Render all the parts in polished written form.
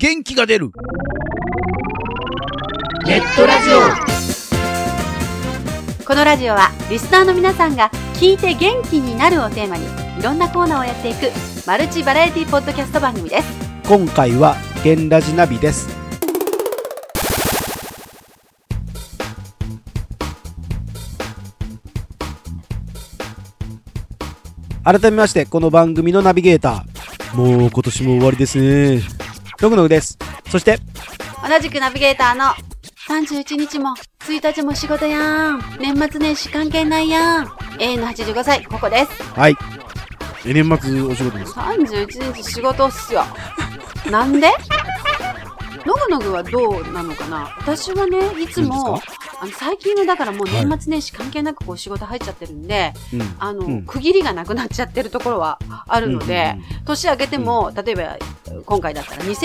元気が出るネットラジオ。このラジオはリスナーの皆さんが聞いて元気になるをテーマにいろんなコーナーをやっていくマルチバラエティポッドキャスト番組です。 今回はゲンラジナビです。改めましてこの番組のナビゲーター、もう今年も終わりですね、のぐのぐです。そして同じくナビゲーターの31日も1日も仕事やん、年末年始関係ないやん、永遠の85歳ここです。 はい、年末お仕事です。 31日仕事っすよ。なんで？のぐのぐはどうなのかな。私はね、いつも最近はだからもう年末年始関係なくこう仕事入っちゃってるんで、区切りがなくなっちゃってるところはあるので、年明けても、例えば今回だったら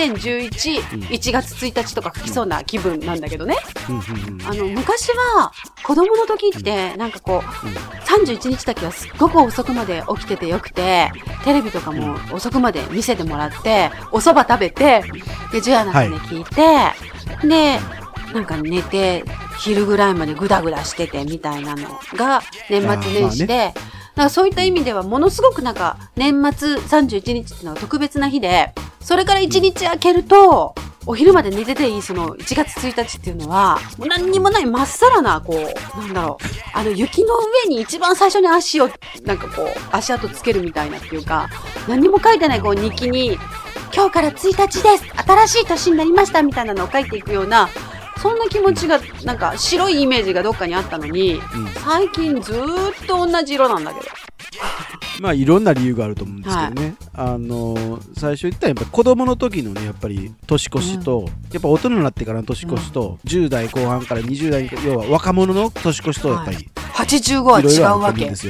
2011、1月1日とか書きそうな気分なんだけどね。昔は子供の時ってなんかこう、31日だけはすっごく遅くまで起きててよくて、テレビとかも遅くまで見せてもらって、お蕎麦食べて、で、ジュアナで聞いて、で、なんか寝て、昼ぐらいまでグダグダしててみたいなのが年末年始で、なんかそういった意味ではものすごくなんか年末31日っていうのが特別な日で、それから1日空けると、お昼まで寝てていいその1月1日っていうのは、もう何にもないまっさらな、こう、なんだろう、雪の上に一番最初に足を、なんかこう、足跡つけるみたいなっていうか、何も書いてないこう日記に、今日から1日です、新しい年になりましたみたいなのを書いていくような、そんな気持ちが、なんか白いイメージがどっかにあったのに、最近ずーっと同じ色なんだけど。 まあいろんな理由があると思うんですけどね、最初言ったやっぱり子供の時のね、やっぱり年越しと、やっぱ大人になってからの年越しと、10代後半から20代、要は若者の年越しとやっぱり、 85は違うわけ。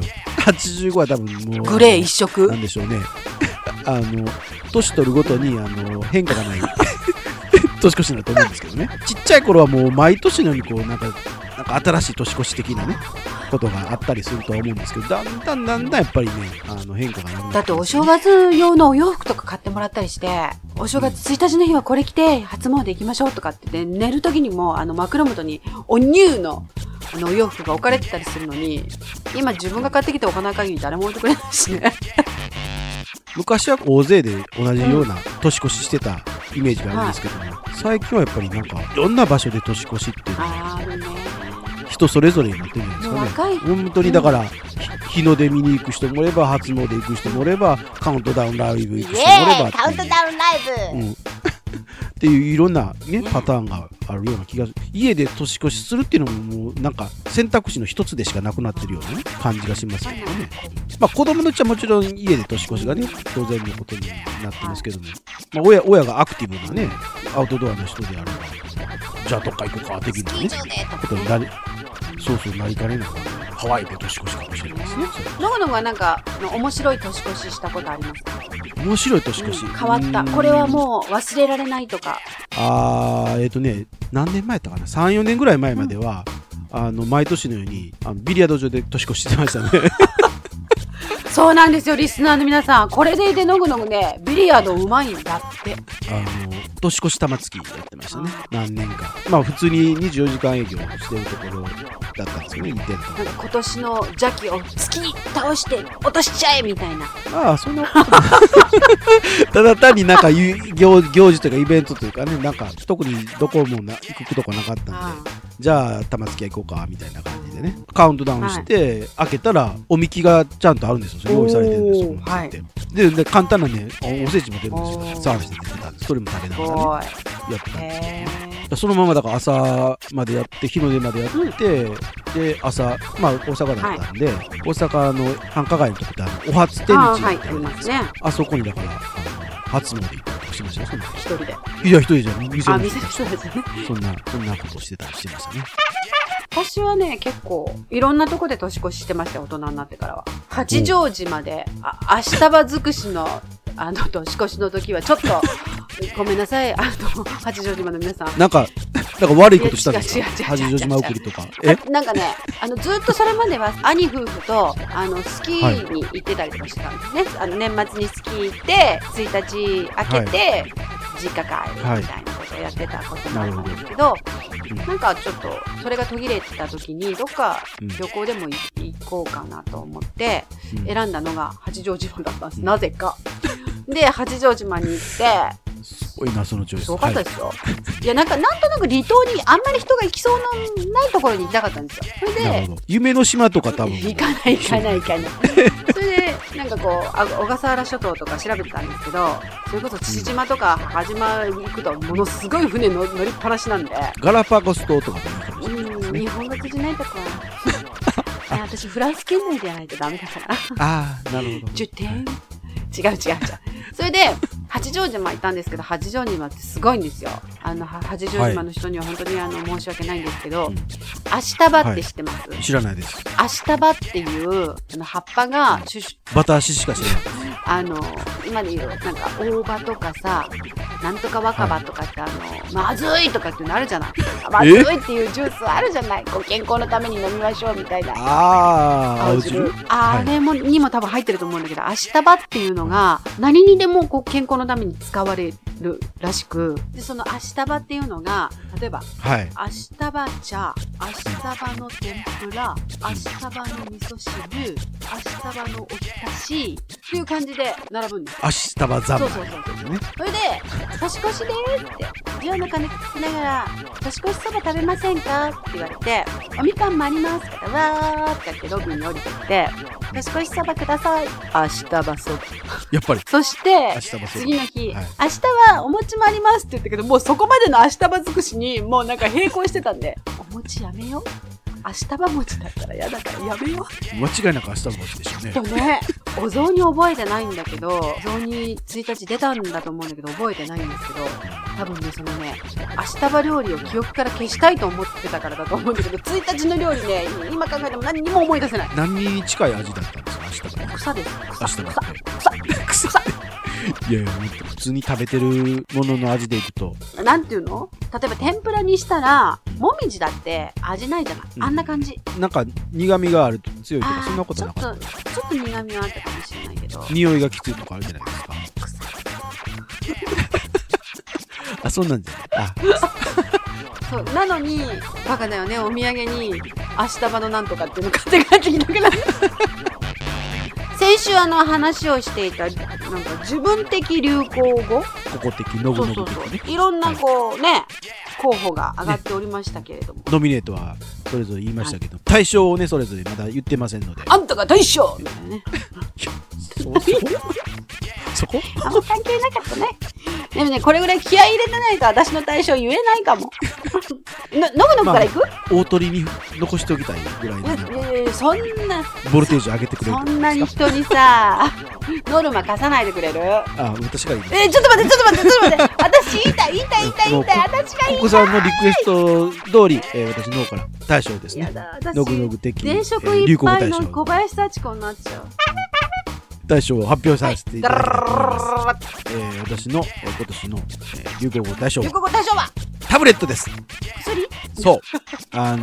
85は多分もうグレー一色なんでしょうね。年取るごとに変化がない年越しになると思うんですけどね。ちっちゃい頃はもう毎年のようにこうなんか新しい年越し的なねことがあったりするとは思うんですけど、だんだんやっぱりね変化がなくなって、 だってお正月用のお洋服とか買ってもらったりして、お正月1日の日はこれ着て初詣行きましょうとかって、寝る時にも枕元におニューのお洋服が置かれてたりするのに、今自分が買ってきておかない限り誰も置いてくれないしね。 昔は大勢で同じような年越ししてたイメージがあるんですけども、最近はやっぱりなんかいろんな場所で年越しっていうのが人それぞれになってるんですかね。本当にだから、日の出見に行く人もおれば、初詣行く人もおれば、カウントダウンライブ行く人もおれば、 カウントダウンライブ、 っていういろんなねパターンがあるような気がする。家で年越しするっていうのももうなんか選択肢の一つでしかなくなってるような、ね、感じがしますけどね。まあ子供のうちはもちろん家で年越しがね当然のことになってますけども、まあ、親がアクティブなねアウトドアの人であれば、じゃあどっか行こうか的なねことになり、そうなりかねないハワイで年越しかもしれないですね。 のぐのぐはなんか面白い年越ししたことありますか？ 面白い年越し、 変わった、これはもう忘れられないとか。 何年前やったかな、3、4年ぐらい前までは、毎年のようにビリヤード場で年越ししてましたね。 そうなんですよ、リスナーの皆さん、これでいてのぐのぐね、ビリヤードうまいんだって。 年越し玉突きやってましたね、何年か。まあ普通に24時間営業してるところだったんですよね、 なんか今年の邪気を突き倒して落としちゃえみたいな。 ああ、そんなことないただ単になんか行事というかイベントというかね、なんか特にどこも行くとこなかったんで、じゃあ玉突き屋行こうかみたいな感じでね、カウントダウンして、開けたらおみきがちゃんとあるんですよ。それ用意されてるんですよ、はい、で簡単なねおせちも出るんですよ。サービスで出てたんで、それも食べながらねやってたんですよ。そのままだから朝までやって日の出までやって、で朝まあ大阪だったんで、大阪の繁華街のとこってお初天日みたいな、あそこにだから初詣行ったりとかしてましたね。 一人で？ いや一人じゃない、店の人ですね。 そんなことしてたりしてましたね。 私はね、結構いろんなとこで年越ししてましたよ、大人になってからは。八丈島で明日葉尽くしの年越しの時はちょっとごめんなさい、八丈島の皆さん。 なんか悪いことしたんですか？八丈島送りとか。 なんかね、ずっとそれまでは兄夫婦とスキーに行ってたりとかしてたんですね。年末にスキー行って1日明けて、 実家帰るみたいなことをやってたこともあるんですけど、なんかちょっとそれが途切れてた時にどっか旅行でも行こうかなと思って選んだのが八丈島だったんです、なぜか。で八丈島に行って、 すごいなそのチョイス。 すごかったですよ。いやなんとなく離島にあんまり人が行きそうのないところに行きたかったんですよ。それで夢の島とか多分行かない。それでなんかこう小笠原諸島とか調べてたんですけど、それこそ父島とか母島行くとものすごい船乗りっぱなしなんで。 ガラパゴス島とかでいいかもしれないですね。 日本語通じないとこは私フランス圏内でやらないとダメだから。 ああ、なるほど。 10点。違う。それで八丈島行ったんですけど、八丈島ってすごいんですよ。八丈島の人には本当に申し訳ないんですけど、アシタバって知ってます？ 知らないです。 アシタバっていう葉っぱがバタ足しか知らない。 今で言うなんか大葉とかさ、なんとか若葉とかってまずいとかっていうのあるじゃない。まずいっていうジュースあるじゃない。こう健康のために飲みましょうみたいな。青汁。あれにも多分入ってると思うんだけど、アシタバっていうのが何にでもこう健康のために使われるらしく、でそのアシタバっていうのが例えば、アシタバ茶、アシタバの天ぷら、アシタバの味噌汁、アシタバのおひたしっていう感じで並ぶんですよ。 アシタバ三昧。 そう。それで年越しでーってジオの鐘聞きながら年越しそば食べませんかって言われて、おみかんもありますからわーってやってロビーに降りてきて、年越しそばください。アシタバそば。 やっぱり。 そして次の日、明日はお餅もありますって言ったけど、もうそこまでのアシタバ尽くしにもうなんか並行してたんで、お餅やめよう。アシタバ餅だったら嫌だからやめよう。 間違いなくアシタバ餅でしょうね。 とね、お雑煮覚えてないんだけど、お雑煮1日出たんだと思うんだけど覚えてないんですけど、多分ねそのね、アシタバ料理を記憶から消したいと思ってたからだと思うんだけど、1日の料理ね、今考えても何にも思い出せない。 何に近い味だったんですか、アシタバ？ 草です。 アシタバって草。いや普通に食べてるものの味でいくと、 なんていうの？例えば天ぷらにしたらもみじだって味ないじゃない、あんな感じ。 なんか苦味があると強いとかそんなことなかった？ ちょっと苦味はあったかもしれないけど、 匂いがきついとかあるじゃないですか。あ、そんなんじゃない。 そうなのにバカだよね、お土産にアシタバのなんとかっていうの買って帰ってきたくない。先週話をしていたなんか自分的流行語、 ここ的ノブノブ的ね、 いろんなこうね候補が上がっておりましたけれども、 ノミネートはそれぞれ言いましたけど、対象をねそれぞれまだ言ってませんので、 あんたが大将みたいなね。 そこあんま関係なかったね。でもね、これぐらい気合い入れてないと私の対象言えないかも。のぐから行く？ 大鳥に残しておきたいぐらいのそんなボルテージ上げてくれる。 そんなに人にさノルマ課さないでくれる？ 私がいい。 ちょっと待って私言いたい私が言いたい。 ココさんのリクエスト通り、私の方から大賞ですね。ノグノグ的電飾いっぱいの小林幸子になっちゃう。 大賞を発表させていただきたいと思います。私の今年の流行語大賞はタブレットです。 薬？ そう。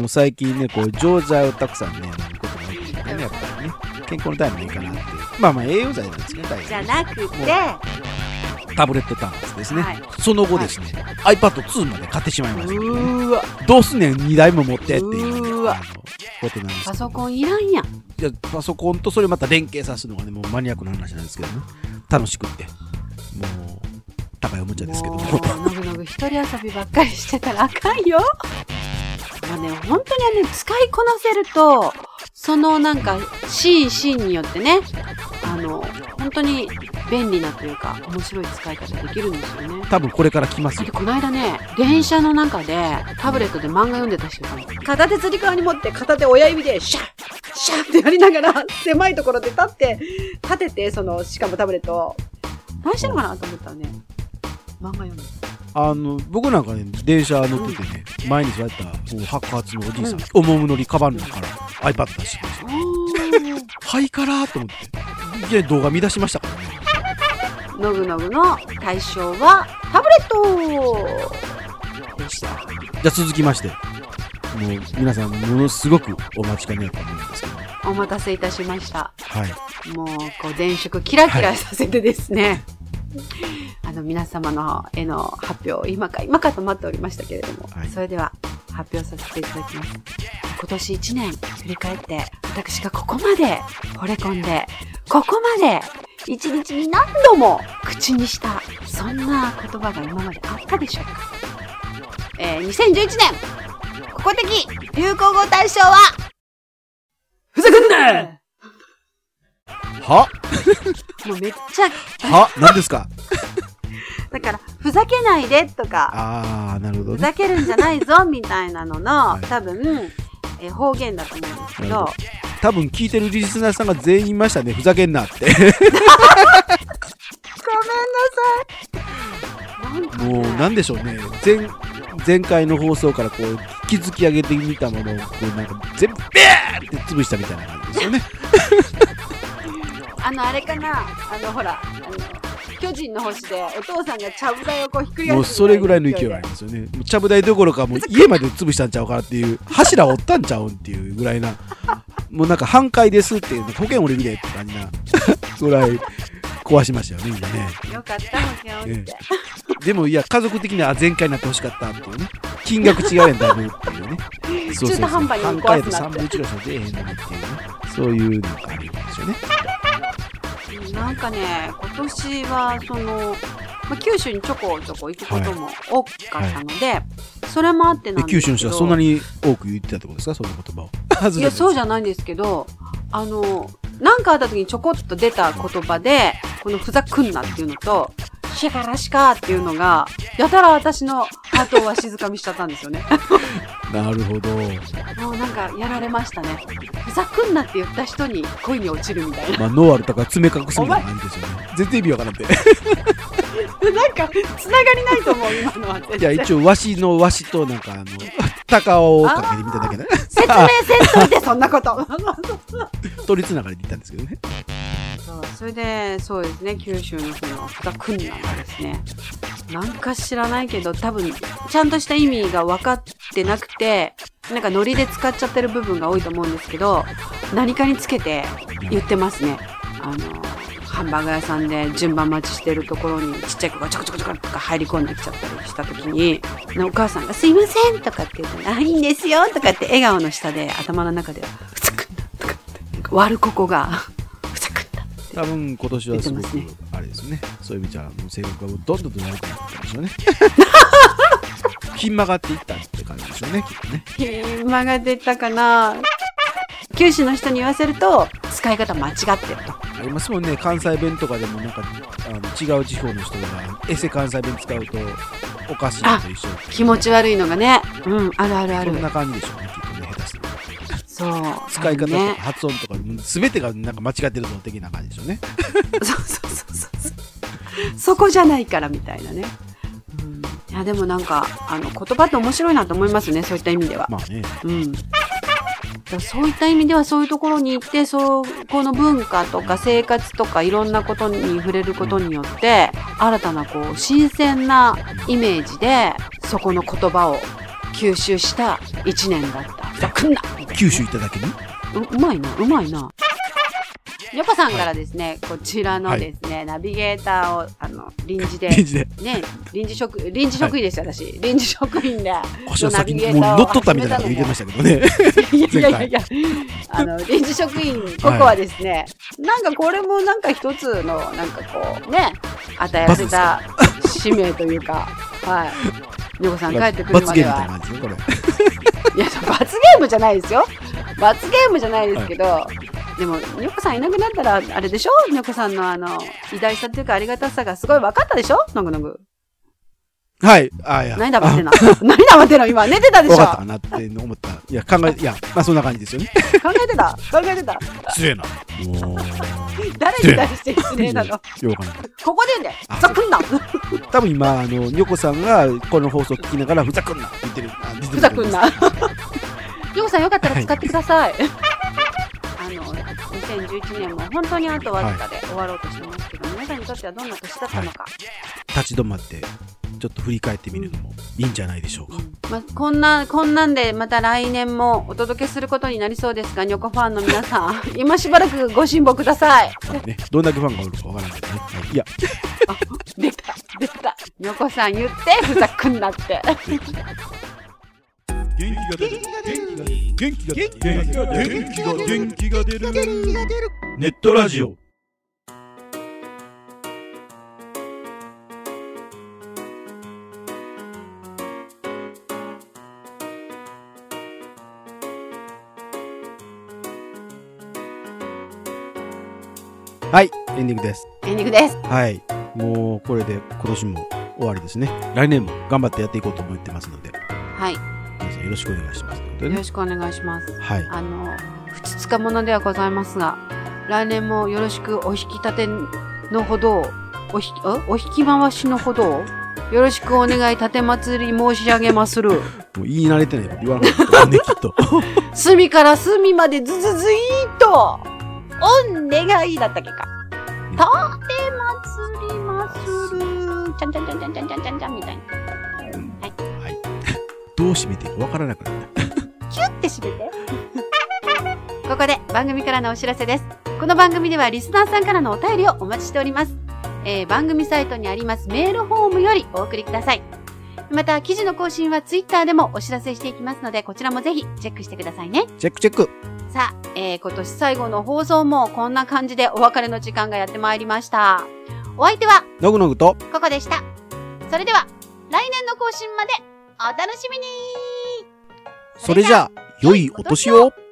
最近ね、こう錠剤をたくさんね飲むことが多いんでね、やっぱりね、健康のためにいいかなっていう。まあ栄養剤なんですね、大じゃなくてタブレット端末ですね。その後ですね、iPad2 まで買ってしまいましたけどね。どうすんねん2台も持ってっていうことなんですけど。 パソコンいらんやん。 いや、パソコンとそれまた連携さすのがね、もうマニアックな話なんですけどね、楽しくってもう高いおもちゃですけども、 のぐのぐ一人遊びばっかりしてたらあかんよ。まあね、本当に使いこなせるとそのなんかシーンによってね、本当に便利なというか面白い使い方できるんですよね。 多分これから来ますよ。 この間ね、電車の中でタブレットで漫画読んでた人が片手つり革に持って片手親指でシャッシャッってやりながら狭いところで立ててしかもタブレットを何してるのかなと思ったらね、漫画読んでた。 僕なんかね、電車乗っててね、前に座った白髪のおじいさん、おもむろにカバンの中から iPad 出してきました。はいからと思って、いや動画見出しましたからね。 のぐのぐの対象はタブレットでした。 じゃあ続きまして、もう皆さんものすごくお待ちかねだと思うんですけど、 お待たせいたしました。 はい。 もうこう電飾キラキラさせてですね、 皆様のへの発表を今かと待っておりましたけれども、 はい、 それでは発表させていただきます。今年1年振り返って、私がここまで惚れ込んで、ここまで一日に何度も口にした、そんな言葉が今まであったでしょうか。2011年、ここ的流行語大賞は、ふざけんなはもうめっちゃ、 は何ですかだから、ふざけないでとか、 なるほどね、 ふざけるんじゃないぞみたいなのの、 はい、 多分、方言だと思うんですけど、 多分聞いてるリスナーさんが全員言いましたね、ふざけんなって。ごめんなさい。なんかもうなんでしょうね、前回の放送からこう築き上げてみたものをこうなんか全部ビャーって潰したみたいな感じですよね。 あれかな、ほら、巨人の星でお父さんがちゃぶ台をこうひっくり返して、 もうそれぐらいの勢いがありますよね。もうちゃぶ台どころかもう家まで潰したんちゃうかっていう、柱折ったんちゃうんっていうぐらいな、もうなんか半壊ですっていう、保険折れみたいって感じなぐらい壊しましたよね、今ね。 よかった保険折って、 でもいや家族的には全開になってほしかったっていうね、金額違うやんだいぶっていうね。 中途半端に半壊で3分の1ぐらいしか出えへんのにっていうね、そういうなんかあるんですよね。 なんかね、今年は九州にちょこちょこ行くことも多かったので、それもあってなんですけど。 九州の人はそんなに多く言ってたってことですか、その言葉を。 いや、そうじゃないんですけど、なんかあった時にちょこっと出た言葉で、このふざくんなっていうのと、シェカラシカっていうのが、やたら私のハートをわしづかみしちゃったんですよね。 なるほど。もうなんかやられましたね。ふざくんなって言った人に恋に落ちるみたいな。 まあ、ノーアルとか爪隠すみたいな感じですよね。全然意味わからんて。 なんか、つながりないと思う、今のは。 いや、一応、わしとなんか、鷹をかけてみただけで。 説明せんといて、そんなこと。 取りつながりで言ったんですけどね。 それで、そうですね、九州の人のふざくんながですね、なんか知らないけど、多分、ちゃんとした意味が分かってなくて、なんかノリで使っちゃってる部分が多いと思うんですけど、何かにつけて言ってますね。ハンバーガー屋さんで順番待ちしてるところにちっちゃい子がちょこちょこちょことか入り込んできちゃったりした時に、お母さんがすいませんとかって言って、いいんですよとかって笑顔の下で頭の中でふざくんだとかって割るここがふざくんだって多分今年はすごくあれですね、そういう意味じゃもう性格がどんどんと悪くなってきたんでしょうね。ひん曲がっていったって感じでしょうね、きっとね。 ひん曲がっていったかな。九州の人に言わせると使い方間違ってるとありますもんね。関西弁とかでもなんか違う地方の人がエセ関西弁使うとおかしいのと一緒。 気持ち悪いのがね、あるあるある。 そんな感じでしょうね、きっとね、下手して。 そう使い方とか発音とか全てがなんか間違ってるぞ的な感じでしょうね。 そうそこじゃないからみたいなね。いやでもなんか言葉って面白いなと思いますね、そういった意味では。 まあね。 そういった意味ではそういうところに行って、この文化とか生活とかいろんなことに触れることによって、新たな新鮮なイメージでそこの言葉を吸収した1年だった。 九州行っただけにうまいな。ヨコさんからですね、こちらのですね、ナビゲーターを臨時でね、臨時職員ですよ、私。臨時職員でナビゲーターを乗っ取ったみたいなこと言ってましたけどね。 いや臨時職員ここはですね、なんかこれもなんか一つのなんか与えられた使命というか、はい。ヨコさん帰ってくるまでは。 罰ゲームみたいな感じですね、これ。 いや、罰ゲームじゃないですよ。罰ゲームじゃないですけど、でも、ニョコさんいなくなったら、あれでしょ、ニョコさんの偉大さっていうかありがたさがすごい分かったでしょ、のぐのぐ。 はい。 何黙ってんの何黙ってんの今、寝てたでしょ。 分かったかなって思った。いや、まあそんな感じですよね。 考えてた。 失礼な。 誰に対して失礼なの。ここで言うんだよ。ふざくんな。 多分今、ニョコさんがこの放送聞きながら、ふざくんなって言ってる。 ふざくんな。ニョコさんよかったら使ってください。2011年も本当にあとわずかで終わろうとしてますけど、皆さんにとってはどんな年だったのか、 立ち止まってちょっと振り返ってみるのもいいんじゃないでしょうか。 こんなんでまた来年もお届けすることになりそうですが、ニョコファンの皆さん今しばらくご辛抱ください。 どんだけファンがおるかわからないけどね。いや出たにょこさん言って、ふざくんなって。 元気が出るネットラジオ。 はい、エンディングです。 エンディングです。 はい、もうこれで今年も終わりですね。来年も頑張ってやっていこうと思ってますので、 はい。 皆さんよろしくお願いします。 よろしくお願いします。 はい。 ふつつかものではございますが、来年もよろしくお引き立てのほどを、お引き回しのほどを、よろしくお願い立て祭り申し上げまする。 もう言い慣れてないから言わなかったね、きっと。 隅から隅までズズズイーと、お願いだったっけか。立て祭りまする。ちゃんちゃんちゃんちゃんちゃんちゃんちゃんちゃんみたいな。はい。 はい。どう締めていいかわからなくなった。 キュッて締めて。ここで番組からのお知らせです。この番組ではリスナーさんからのお便りをお待ちしております。番組サイトにありますメールフォームよりお送りください。また、記事の更新はツイッターでもお知らせしていきますので、こちらもぜひチェックしてくださいね。 チェックチェック。 さあ、今年最後の放送もこんな感じでお別れの時間がやってまいりました。お相手は、 のぐのぐと、 ここでした。それでは、来年の更新までお楽しみに。 それじゃあ、良いお年を。